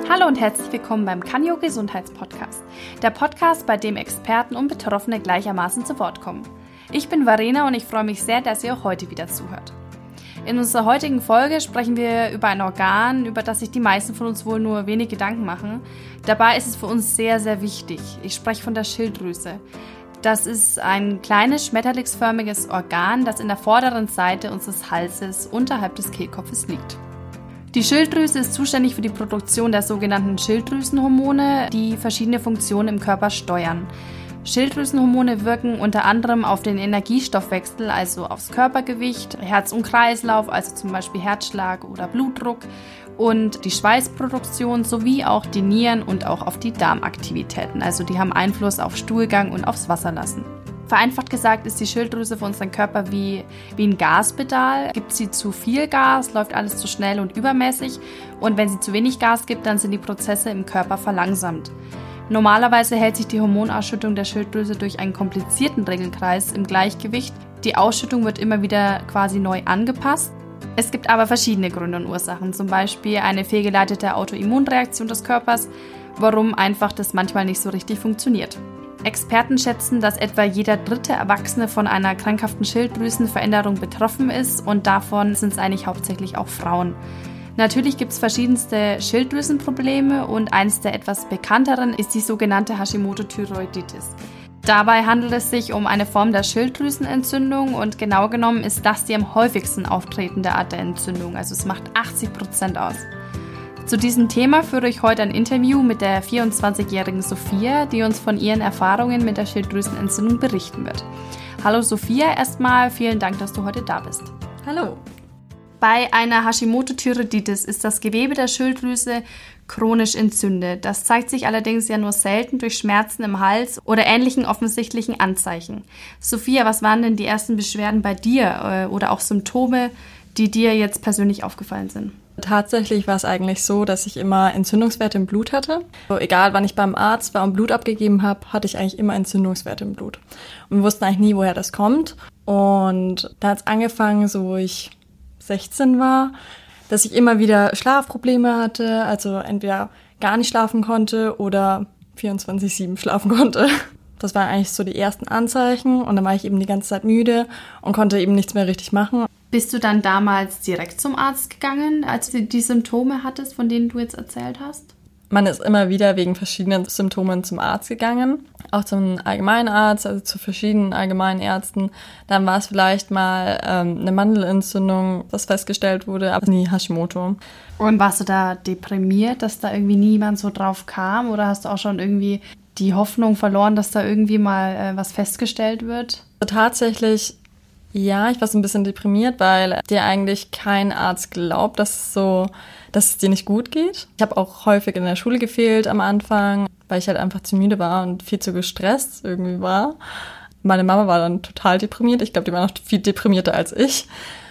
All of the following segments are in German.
Hallo und herzlich willkommen beim Kanyo Gesundheitspodcast, der Podcast, bei dem Experten und Betroffene gleichermaßen zu Wort kommen. Ich bin Verena und ich freue mich sehr, dass ihr auch heute wieder zuhört. In unserer heutigen Folge sprechen wir über ein Organ, über das sich die meisten von uns wohl nur wenig Gedanken machen. Dabei ist es für uns sehr, sehr wichtig. Ich spreche von der Schilddrüse. Das ist ein kleines schmetterlingsförmiges Organ, das in der vorderen Seite unseres Halses unterhalb des Kehlkopfes liegt. Die Schilddrüse ist zuständig für die Produktion der sogenannten Schilddrüsenhormone, die verschiedene Funktionen im Körper steuern. Schilddrüsenhormone wirken unter anderem auf den Energiestoffwechsel, also aufs Körpergewicht, Herz und Kreislauf, also zum Beispiel Herzschlag oder Blutdruck, und die Schweißproduktion sowie auch die Nieren und auch auf die Darmaktivitäten. Also die haben Einfluss auf Stuhlgang und aufs Wasserlassen. Vereinfacht gesagt ist die Schilddrüse für unseren Körper wie ein Gaspedal. Gibt sie zu viel Gas, läuft alles zu schnell und übermäßig. Und wenn sie zu wenig Gas gibt, dann sind die Prozesse im Körper verlangsamt. Normalerweise hält sich die Hormonausschüttung der Schilddrüse durch einen komplizierten Regelkreis im Gleichgewicht. Die Ausschüttung wird immer wieder quasi neu angepasst. Es gibt aber verschiedene Gründe und Ursachen, zum Beispiel eine fehlgeleitete Autoimmunreaktion des Körpers, warum einfach das manchmal nicht so richtig funktioniert. Experten schätzen, dass etwa jeder dritte Erwachsene von einer krankhaften Schilddrüsenveränderung betroffen ist und davon sind es eigentlich hauptsächlich auch Frauen. Natürlich gibt es verschiedenste Schilddrüsenprobleme und eines der etwas bekannteren ist die sogenannte Hashimoto-Thyreoiditis. Dabei handelt es sich um eine Form der Schilddrüsenentzündung und genau genommen ist das die am häufigsten auftretende Art der Entzündung, also es macht 80% aus. Zu diesem Thema führe ich heute ein Interview mit der 24-jährigen Sophia, die uns von ihren Erfahrungen mit der Schilddrüsenentzündung berichten wird. Hallo Sophia, erstmal vielen Dank, dass du heute da bist. Hallo. Bei einer Hashimoto-Thyreoiditis ist das Gewebe der Schilddrüse chronisch entzündet. Das zeigt sich allerdings ja nur selten durch Schmerzen im Hals oder ähnlichen offensichtlichen Anzeichen. Sophia, was waren denn die ersten Beschwerden bei dir oder auch Symptome, die dir jetzt persönlich aufgefallen sind? Tatsächlich war es eigentlich so, dass ich immer Entzündungswerte im Blut hatte. So, egal wann ich beim Arzt war und Blut abgegeben habe, hatte ich eigentlich immer Entzündungswerte im Blut. Und wir wussten eigentlich nie, woher das kommt. Und da hat es angefangen, so wo ich 16 war, dass ich immer wieder Schlafprobleme hatte, also entweder gar nicht schlafen konnte oder 24/7 schlafen konnte. Das waren eigentlich so die ersten Anzeichen und dann war ich eben die ganze Zeit müde und konnte eben nichts mehr richtig machen. Bist du dann damals direkt zum Arzt gegangen, als du die Symptome hattest, von denen du jetzt erzählt hast? Man ist immer wieder wegen verschiedenen Symptomen zum Arzt gegangen, auch zum Allgemeinarzt, also zu verschiedenen Allgemeinärzten. Dann war es vielleicht mal eine Mandelentzündung, was festgestellt wurde, aber nie Hashimoto. Und warst du da deprimiert, dass da irgendwie niemand so drauf kam? Oder hast du auch schon irgendwie die Hoffnung verloren, dass da irgendwie mal was festgestellt wird? Tatsächlich, ja, ich war so ein bisschen deprimiert, weil dir eigentlich kein Arzt glaubt, dass es dir nicht gut geht. Ich habe auch häufig in der Schule gefehlt am Anfang, weil ich halt einfach zu müde war und viel zu gestresst irgendwie war. Meine Mama war dann total deprimiert. Ich glaube, die war noch viel deprimierter als ich.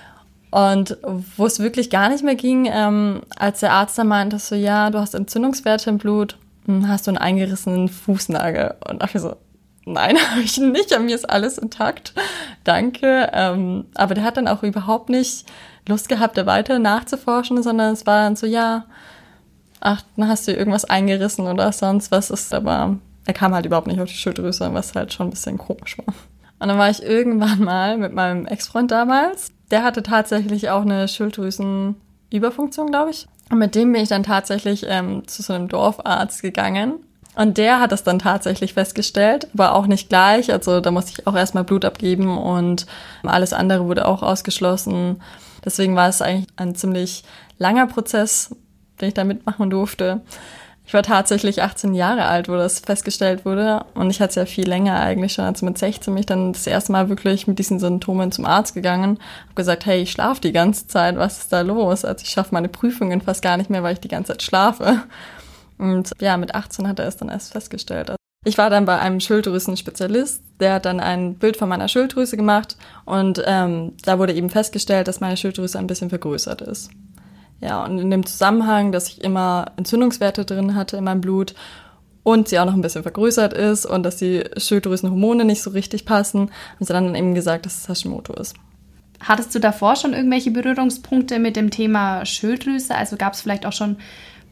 Und wo es wirklich gar nicht mehr ging, als der Arzt dann meinte, so, ja, du hast Entzündungswerte im Blut, hast du einen eingerissenen Fußnagel. Und ich so, nein, habe ich nicht, an mir ist alles intakt, danke. Aber der hat dann auch überhaupt nicht Lust gehabt, da weiter nachzuforschen, sondern es war dann so, ja, ach, dann hast du irgendwas eingerissen oder sonst was ist, aber er kam halt überhaupt nicht auf die Schilddrüse, was halt schon ein bisschen komisch war. Und dann war ich irgendwann mal mit meinem Ex-Freund damals, der hatte tatsächlich auch eine Schilddrüsenüberfunktion, glaube ich. Und mit dem bin ich dann tatsächlich zu so einem Dorfarzt gegangen. Und der hat das dann tatsächlich festgestellt, aber auch nicht gleich. Also da musste ich auch erstmal Blut abgeben und alles andere wurde auch ausgeschlossen. Deswegen war es eigentlich ein ziemlich langer Prozess, den ich da mitmachen durfte. Ich war tatsächlich 18 Jahre alt, wo das festgestellt wurde. Und ich hatte es ja viel länger eigentlich schon. Also mit 16 bin ich dann das erste Mal wirklich mit diesen Symptomen zum Arzt gegangen. Habe gesagt, hey, ich schlafe die ganze Zeit, was ist da los? Also ich schaffe meine Prüfungen fast gar nicht mehr, weil ich die ganze Zeit schlafe. Und ja, mit 18 hat er es dann erst festgestellt. Ich war dann bei einem Schilddrüsenspezialist, der hat dann ein Bild von meiner Schilddrüse gemacht und da wurde eben festgestellt, dass meine Schilddrüse ein bisschen vergrößert ist. Ja, und in dem Zusammenhang, dass ich immer Entzündungswerte drin hatte in meinem Blut und sie auch noch ein bisschen vergrößert ist und dass die Schilddrüsenhormone nicht so richtig passen, haben sie dann eben gesagt, dass es Hashimoto ist. Hattest du davor schon irgendwelche Berührungspunkte mit dem Thema Schilddrüse? Also gab es vielleicht auch schon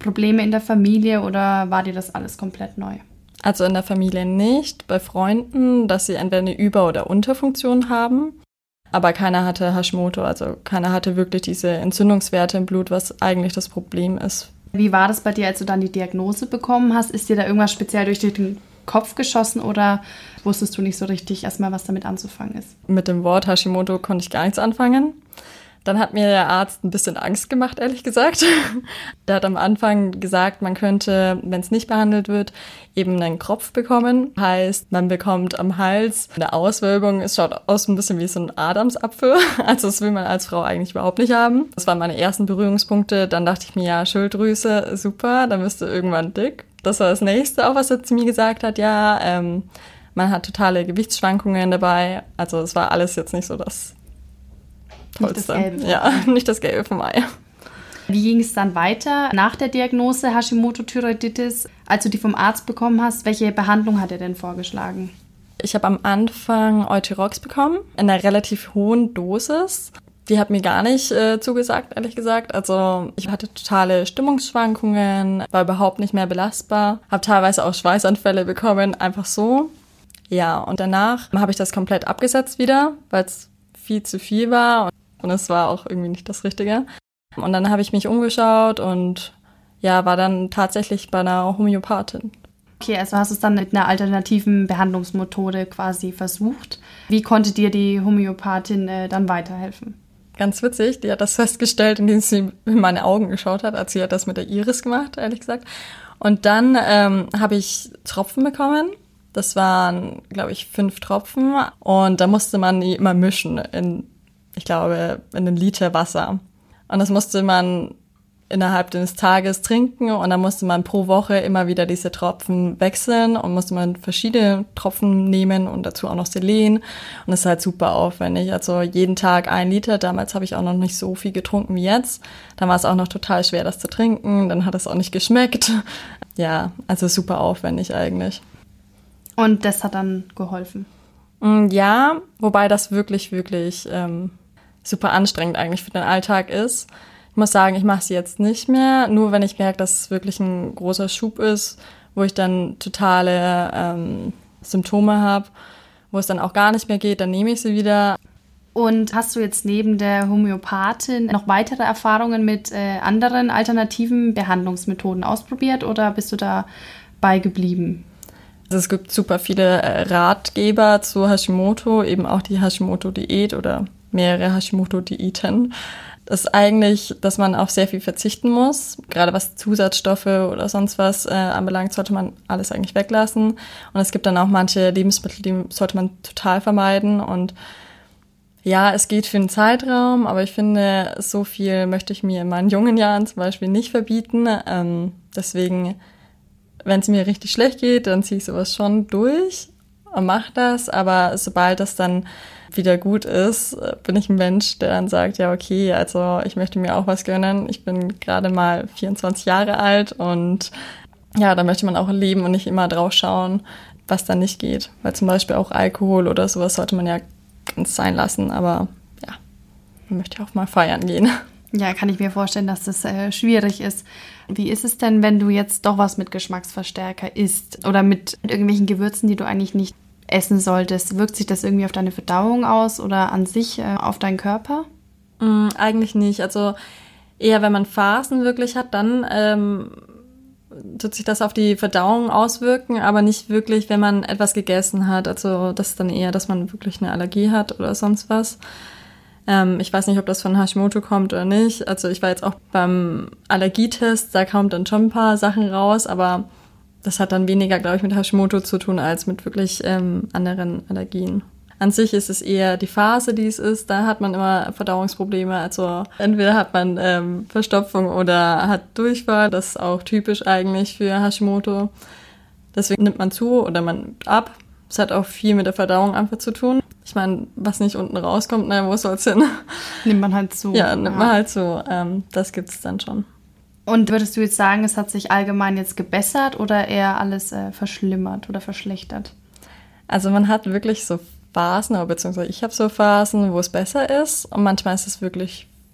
Probleme in der Familie oder war dir das alles komplett neu? Also in der Familie nicht, bei Freunden, dass sie entweder eine Über- oder Unterfunktion haben. Aber keiner hatte Hashimoto, also keiner hatte wirklich diese Entzündungswerte im Blut, was eigentlich das Problem ist. Wie war das bei dir, als du dann die Diagnose bekommen hast? Ist dir da irgendwas speziell durch den Kopf geschossen oder wusstest du nicht so richtig erstmal, was damit anzufangen ist? Mit dem Wort Hashimoto konnte ich gar nichts anfangen. Dann hat mir der Arzt ein bisschen Angst gemacht, ehrlich gesagt. Der hat am Anfang gesagt, man könnte, wenn es nicht behandelt wird, eben einen Kropf bekommen. Heißt, man bekommt am Hals eine Auswölbung. Es schaut aus ein bisschen wie so ein Adamsapfel. Also das will man als Frau eigentlich überhaupt nicht haben. Das waren meine ersten Berührungspunkte. Dann dachte ich mir, ja, Schilddrüse, super, dann wirst du irgendwann dick. Das war das Nächste auch, was er zu mir gesagt hat. Ja, man hat totale Gewichtsschwankungen dabei. Also es war alles jetzt nicht so das Tollste. Nicht das Gelbe. Ja, nicht das Gelbe vom Ei. Wie ging es dann weiter nach der Diagnose Hashimoto-Thyreoiditis? Als du die vom Arzt bekommen hast, welche Behandlung hat er denn vorgeschlagen? Ich habe am Anfang Euthyrox bekommen, in einer relativ hohen Dosis. Die hat mir gar nicht zugesagt, ehrlich gesagt. Also ich hatte totale Stimmungsschwankungen, war überhaupt nicht mehr belastbar, habe teilweise auch Schweißanfälle bekommen, einfach so. Ja, und danach habe ich das komplett abgesetzt wieder, weil es viel zu viel war und es war auch irgendwie nicht das Richtige. Und dann habe ich mich umgeschaut und ja, war dann tatsächlich bei einer Homöopathin. Okay, also hast du es dann mit einer alternativen Behandlungsmethode quasi versucht. Wie konnte dir die Homöopathin dann weiterhelfen? Ganz witzig, die hat das festgestellt, indem sie in meine Augen geschaut hat. Also sie hat das mit der Iris gemacht, ehrlich gesagt. Und dann habe ich Tropfen bekommen. Das waren, glaube ich, 5 Tropfen. Und da musste man die immer mischen in, ich glaube, in 1 Liter Wasser. Und das musste man innerhalb des Tages trinken. Und dann musste man pro Woche immer wieder diese Tropfen wechseln. Und musste man verschiedene Tropfen nehmen und dazu auch noch Selen. Und das ist halt super aufwendig. Also jeden Tag 1 Liter. Damals habe ich auch noch nicht so viel getrunken wie jetzt. Dann war es auch noch total schwer, das zu trinken. Dann hat es auch nicht geschmeckt. Ja, also super aufwendig eigentlich. Und das hat dann geholfen? Ja, wobei das wirklich, wirklich super anstrengend eigentlich für den Alltag ist. Ich muss sagen, ich mache sie jetzt nicht mehr, nur wenn ich merke, dass es wirklich ein großer Schub ist, wo ich dann totale Symptome habe, wo es dann auch gar nicht mehr geht, dann nehme ich sie wieder. Und hast du jetzt neben der Homöopathin noch weitere Erfahrungen mit anderen alternativen Behandlungsmethoden ausprobiert oder bist du dabei geblieben? Also es gibt super viele Ratgeber zu Hashimoto, eben auch die Hashimoto-Diät oder mehrere Hashimoto-Diäten. Das ist eigentlich, dass man auf sehr viel verzichten muss. Gerade was Zusatzstoffe oder sonst was anbelangt, sollte man alles eigentlich weglassen. Und es gibt dann auch manche Lebensmittel, die sollte man total vermeiden. Und ja, es geht für einen Zeitraum, aber ich finde, so viel möchte ich mir in meinen jungen Jahren zum Beispiel nicht verbieten. Deswegen, wenn es mir richtig schlecht geht, dann ziehe ich sowas schon durch und mache das. Aber sobald das dann wieder gut ist, bin ich ein Mensch, der dann sagt, ja okay, also ich möchte mir auch was gönnen. Ich bin gerade mal 24 Jahre alt und ja, da möchte man auch leben und nicht immer drauf schauen, was dann nicht geht. Weil zum Beispiel auch Alkohol oder sowas sollte man ja ganz sein lassen, aber ja, man möchte ja auch mal feiern gehen. Ja, kann ich mir vorstellen, dass das schwierig ist. Wie ist es denn, wenn du jetzt doch was mit Geschmacksverstärker isst oder mit irgendwelchen Gewürzen, die du eigentlich nicht essen solltest? Wirkt sich das irgendwie auf deine Verdauung aus oder an sich auf deinen Körper? Eigentlich nicht. Also eher, wenn man Phasen wirklich hat, dann tut sich das auf die Verdauung auswirken, aber nicht wirklich, wenn man etwas gegessen hat. Also das ist dann eher, dass man wirklich eine Allergie hat oder sonst was. Ich weiß nicht, ob das von Hashimoto kommt oder nicht. Also ich war jetzt auch beim Allergietest, da kommt dann schon ein paar Sachen raus, aber das hat dann weniger, glaube ich, mit Hashimoto zu tun, als mit wirklich anderen Allergien. An sich ist es eher die Phase, die es ist. Da hat man immer Verdauungsprobleme. Also entweder hat man Verstopfung oder hat Durchfall. Das ist auch typisch eigentlich für Hashimoto. Deswegen nimmt man zu oder man nimmt ab. Es hat auch viel mit der Verdauung einfach zu tun. Ich meine, was nicht unten rauskommt, na, wo soll's hin? Nimmt man halt zu. Ja, nimmt man halt zu. Das gibt's dann schon. Und würdest du jetzt sagen, es hat sich allgemein jetzt gebessert oder eher alles verschlimmert oder verschlechtert? Also man hat wirklich so Phasen, beziehungsweise ich habe so Phasen, wo es besser ist und manchmal ist es wirklich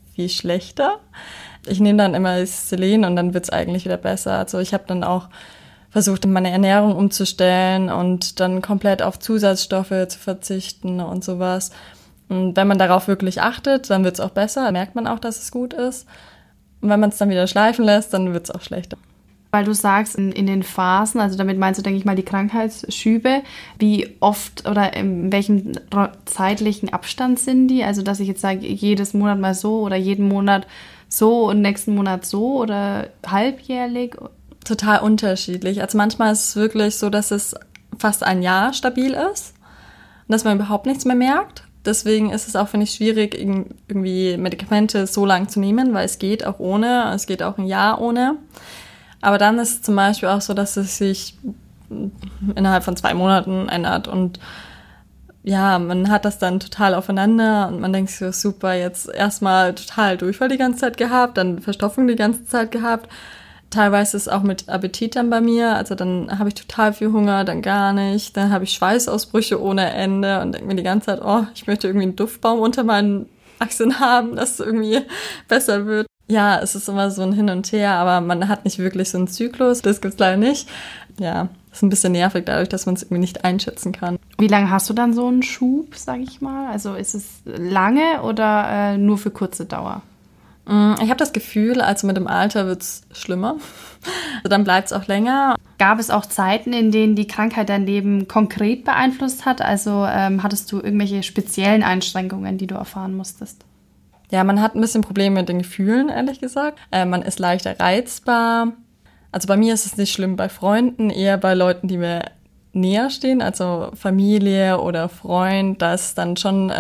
viel schlechter. Ich nehme dann immer Selen und dann wird's eigentlich wieder besser. Also ich habe dann auch versucht, meine Ernährung umzustellen und dann komplett auf Zusatzstoffe zu verzichten und sowas. Und wenn man darauf wirklich achtet, dann wird's auch besser. Dann merkt man auch, dass es gut ist. Und wenn man es dann wieder schleifen lässt, dann wird's auch schlechter. Weil du sagst, in den Phasen, also damit meinst du, denke ich mal, die Krankheitsschübe, wie oft oder in welchem zeitlichen Abstand sind die? Also dass ich jetzt sage, jedes Monat mal so oder jeden Monat so und nächsten Monat so oder halbjährlich? Total unterschiedlich. Also manchmal ist es wirklich so, dass es fast ein Jahr stabil ist und dass man überhaupt nichts mehr merkt. Deswegen ist es auch, finde ich, schwierig, irgendwie Medikamente so lang zu nehmen, weil es geht auch ohne, es geht auch ein Jahr ohne. Aber dann ist es zum Beispiel auch so, dass es sich innerhalb von 2 Monaten ändert und ja, man hat das dann total aufeinander und man denkt sich so, super, jetzt erstmal total Durchfall die ganze Zeit gehabt, dann Verstopfung die ganze Zeit gehabt. Teilweise ist es auch mit Appetit dann bei mir, also dann habe ich total viel Hunger, dann gar nicht, dann habe ich Schweißausbrüche ohne Ende und denke mir die ganze Zeit, oh, ich möchte irgendwie einen Duftbaum unter meinen Achseln haben, dass es irgendwie besser wird. Ja, es ist immer so ein Hin und Her, aber man hat nicht wirklich so einen Zyklus, das gibt's leider nicht. Ja, ist ein bisschen nervig dadurch, dass man es irgendwie nicht einschätzen kann. Wie lange hast du dann so einen Schub, sage ich mal? Also ist es lange oder nur für kurze Dauer? Ich habe das Gefühl, also mit dem Alter wird's schlimmer. Also dann bleibt's auch länger. Gab es auch Zeiten, in denen die Krankheit dein Leben konkret beeinflusst hat? Also hattest du irgendwelche speziellen Einschränkungen, die du erfahren musstest? Ja, man hat ein bisschen Probleme mit den Gefühlen, ehrlich gesagt. Man ist leichter reizbar. Also bei mir ist es nicht schlimm bei Freunden, eher bei Leuten, die mir näher stehen, also Familie oder Freund. Da ist dann schon,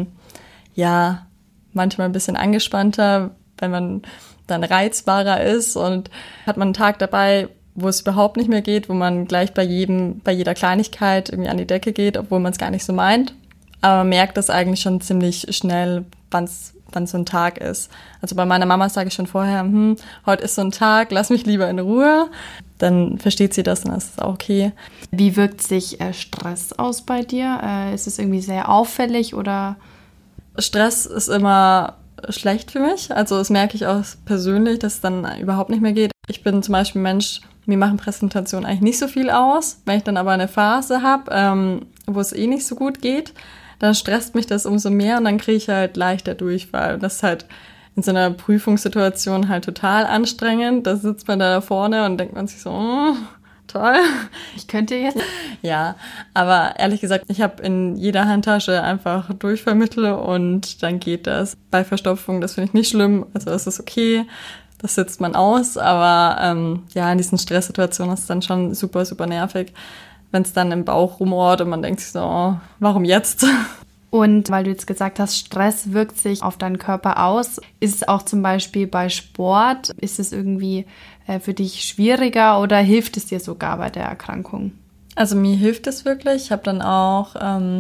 manchmal ein bisschen angespannter, wenn man dann reizbarer ist und hat man einen Tag dabei, wo es überhaupt nicht mehr geht, wo man gleich bei jeder Kleinigkeit irgendwie an die Decke geht, obwohl man es gar nicht so meint. Aber man merkt das eigentlich schon ziemlich schnell, wann so ein Tag ist. Also bei meiner Mama sage ich schon vorher, heute ist so ein Tag, lass mich lieber in Ruhe. Dann versteht sie das und das ist auch okay. Wie wirkt sich Stress aus bei dir? Ist es irgendwie sehr auffällig oder? Stress ist immer schlecht für mich. Also das merke ich auch persönlich, dass es dann überhaupt nicht mehr geht. Ich bin zum Beispiel ein Mensch, mir machen Präsentationen eigentlich nicht so viel aus. Wenn ich dann aber eine Phase habe, wo es nicht so gut geht, dann stresst mich das umso mehr und dann kriege ich halt leichter Durchfall. Und das ist halt in so einer Prüfungssituation halt total anstrengend. Da sitzt man da vorne und denkt man sich so, toll. Ich könnte jetzt. Ja, aber ehrlich gesagt, ich habe in jeder Handtasche einfach Durchfallmittel und dann geht das. Bei Verstopfung, das finde ich nicht schlimm, also das ist okay, das sitzt man aus, aber in diesen Stresssituationen ist es dann schon super, super nervig, wenn es dann im Bauch rumort und man denkt sich so, oh, warum jetzt? Und weil du jetzt gesagt hast, Stress wirkt sich auf deinen Körper aus, ist es auch zum Beispiel bei Sport, ist es irgendwie für dich schwieriger oder hilft es dir sogar bei der Erkrankung? Also mir hilft es wirklich. Ich habe dann auch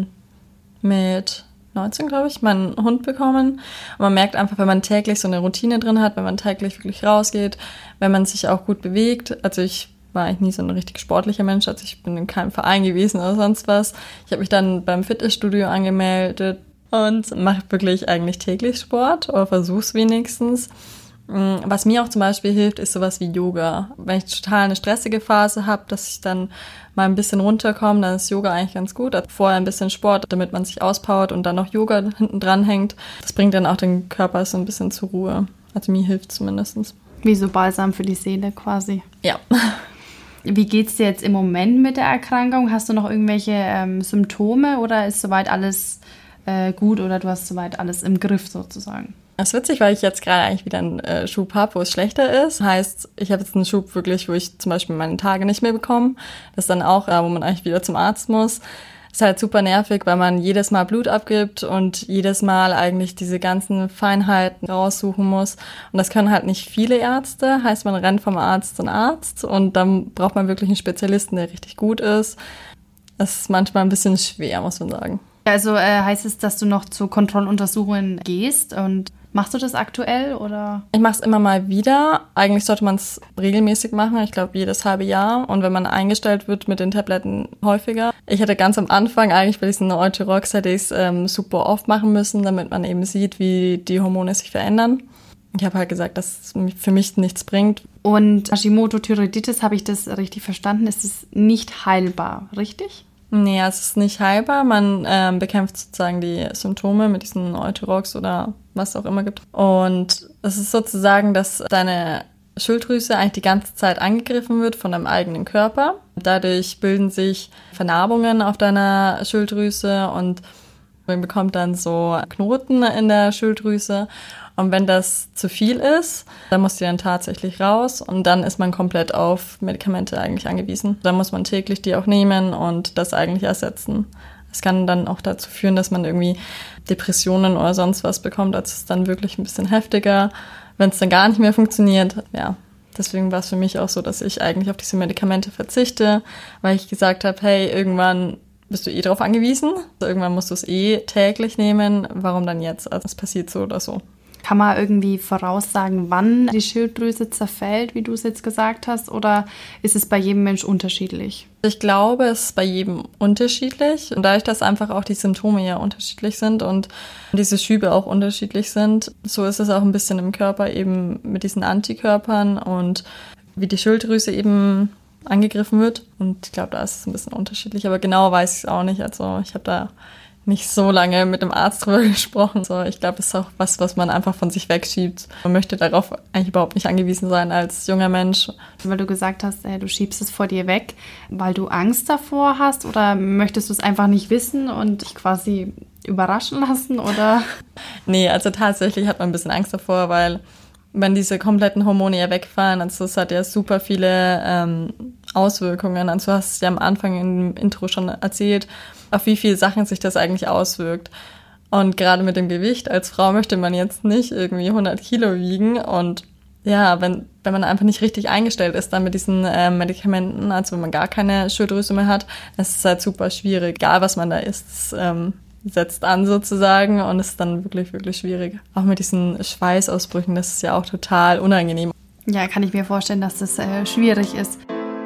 mit 19, glaube ich, meinen Hund bekommen. Und man merkt einfach, wenn man täglich so eine Routine drin hat, wenn man täglich wirklich rausgeht, wenn man sich auch gut bewegt. Also ich war eigentlich nie so ein richtig sportlicher Mensch, also ich bin in keinem Verein gewesen oder sonst was. Ich habe mich dann beim Fitnessstudio angemeldet und mache wirklich eigentlich täglich Sport oder versuch's wenigstens. Was mir auch zum Beispiel hilft, ist sowas wie Yoga. Wenn ich total eine stressige Phase habe, dass ich dann mal ein bisschen runterkomme, dann ist Yoga eigentlich ganz gut. Also vorher ein bisschen Sport, damit man sich auspowert und dann noch Yoga hinten dran hängt. Das bringt dann auch den Körper so ein bisschen zur Ruhe. Also mir hilft es zumindest. Wie so Balsam für die Seele quasi. Ja. Wie geht's dir jetzt im Moment mit der Erkrankung? Hast du noch irgendwelche Symptome oder ist soweit alles gut oder du hast soweit alles im Griff sozusagen? Das ist witzig, weil ich jetzt gerade eigentlich wieder einen Schub habe, wo es schlechter ist. Heißt, ich habe jetzt einen Schub wirklich, wo ich zum Beispiel meine Tage nicht mehr bekomme. Das ist dann auch, wo man eigentlich wieder zum Arzt muss. Ist halt super nervig, weil man jedes Mal Blut abgibt und jedes Mal eigentlich diese ganzen Feinheiten raussuchen muss. Und das können halt nicht viele Ärzte. Heißt, man rennt vom Arzt zum Arzt und dann braucht man wirklich einen Spezialisten, der richtig gut ist. Das ist manchmal ein bisschen schwer, muss man sagen. Also heißt es, dass du noch zu Kontrolluntersuchungen gehst und Machst du das aktuell oder? Ich mache es immer mal wieder. Eigentlich sollte man es regelmäßig machen. Ich glaube, jedes halbe Jahr. Und wenn man eingestellt wird mit den Tabletten, häufiger. Ich hatte ganz am Anfang eigentlich bei diesen Euthyrox hätte ich es super oft machen müssen, damit man eben sieht, wie die Hormone sich verändern. Ich habe halt gesagt, dass es für mich nichts bringt. Und Hashimoto-Thyreoiditis, habe ich das richtig verstanden, ist es nicht heilbar, richtig? Nee, es ist nicht heilbar. Man bekämpft sozusagen die Symptome mit diesen Euthyrox oder was auch immer gibt. Und es ist sozusagen, dass deine Schilddrüse eigentlich die ganze Zeit angegriffen wird von deinem eigenen Körper. Dadurch bilden sich Vernarbungen auf deiner Schilddrüse und man bekommt dann so Knoten in der Schilddrüse. Und wenn das zu viel ist, dann muss die dann tatsächlich raus und dann ist man komplett auf Medikamente eigentlich angewiesen. Dann muss man täglich die auch nehmen und das eigentlich ersetzen. Es kann dann auch dazu führen, dass man irgendwie Depressionen oder sonst was bekommt. Das ist dann wirklich ein bisschen heftiger, wenn es dann gar nicht mehr funktioniert. Ja, deswegen war es für mich auch so, dass ich eigentlich auf diese Medikamente verzichte, weil ich gesagt habe, hey, irgendwann bist du drauf angewiesen. Irgendwann musst du es täglich nehmen. Warum dann jetzt? Also es passiert so oder so. Kann man irgendwie voraussagen, wann die Schilddrüse zerfällt, wie du es jetzt gesagt hast, oder ist es bei jedem Mensch unterschiedlich? Ich glaube, es ist bei jedem unterschiedlich. Und dadurch, dass einfach auch die Symptome ja unterschiedlich sind und diese Schübe auch unterschiedlich sind, so ist es auch ein bisschen im Körper eben mit diesen Antikörpern und wie die Schilddrüse eben angegriffen wird. Und ich glaube, da ist es ein bisschen unterschiedlich. Aber genau weiß ich es auch nicht. Also ich habe da nicht so lange mit dem Arzt drüber gesprochen. So, ich glaube, das ist auch was man einfach von sich wegschiebt. Man möchte darauf eigentlich überhaupt nicht angewiesen sein als junger Mensch. Weil du gesagt hast, du schiebst es vor dir weg, weil du Angst davor hast oder möchtest du es einfach nicht wissen und dich quasi überraschen lassen, oder? Nee, also tatsächlich hat man ein bisschen Angst davor, weil wenn diese kompletten Hormone ja wegfallen, also es hat ja super viele Auswirkungen. Also du hast es ja am Anfang im Intro schon erzählt, auf wie viele Sachen sich das eigentlich auswirkt. Und gerade mit dem Gewicht, als Frau möchte man jetzt nicht irgendwie 100 Kilo wiegen. Und ja, wenn man einfach nicht richtig eingestellt ist dann mit diesen Medikamenten, also wenn man gar keine Schilddrüse mehr hat, das ist halt super schwierig. Egal, was man da isst, setzt an sozusagen und ist dann wirklich, wirklich schwierig. Auch mit diesen Schweißausbrüchen, das ist ja auch total unangenehm. Ja, kann ich mir vorstellen, dass das schwierig ist.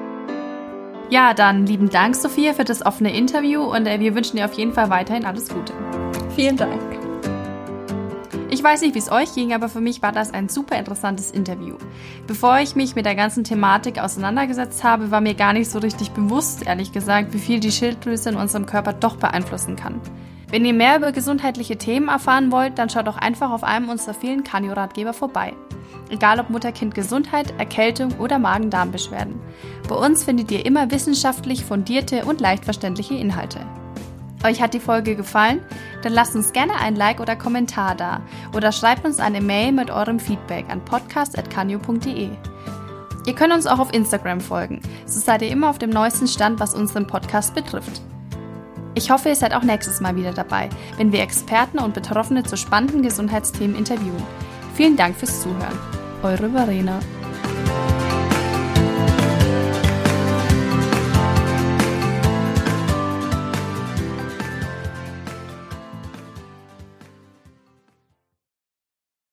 Ja, dann lieben Dank, Sophia, für das offene Interview und wir wünschen dir auf jeden Fall weiterhin alles Gute. Vielen Dank. Ich weiß nicht, wie es euch ging, aber für mich war das ein super interessantes Interview. Bevor ich mich mit der ganzen Thematik auseinandergesetzt habe, war mir gar nicht so richtig bewusst, ehrlich gesagt, wie viel die Schilddrüse in unserem Körper doch beeinflussen kann. Wenn ihr mehr über gesundheitliche Themen erfahren wollt, dann schaut doch einfach auf einem unserer vielen Canio-Ratgeber vorbei. Egal ob Mutter-Kind-Gesundheit, Erkältung oder Magen-Darm-Beschwerden. Bei uns findet ihr immer wissenschaftlich fundierte und leicht verständliche Inhalte. Euch hat die Folge gefallen? Dann lasst uns gerne ein Like oder Kommentar da oder schreibt uns eine Mail mit eurem Feedback an podcast@canio.de. Ihr könnt uns auch auf Instagram folgen, so seid ihr immer auf dem neuesten Stand, was unseren Podcast betrifft. Ich hoffe, ihr seid auch nächstes Mal wieder dabei, wenn wir Experten und Betroffene zu spannenden Gesundheitsthemen interviewen. Vielen Dank fürs Zuhören. Eure Verena.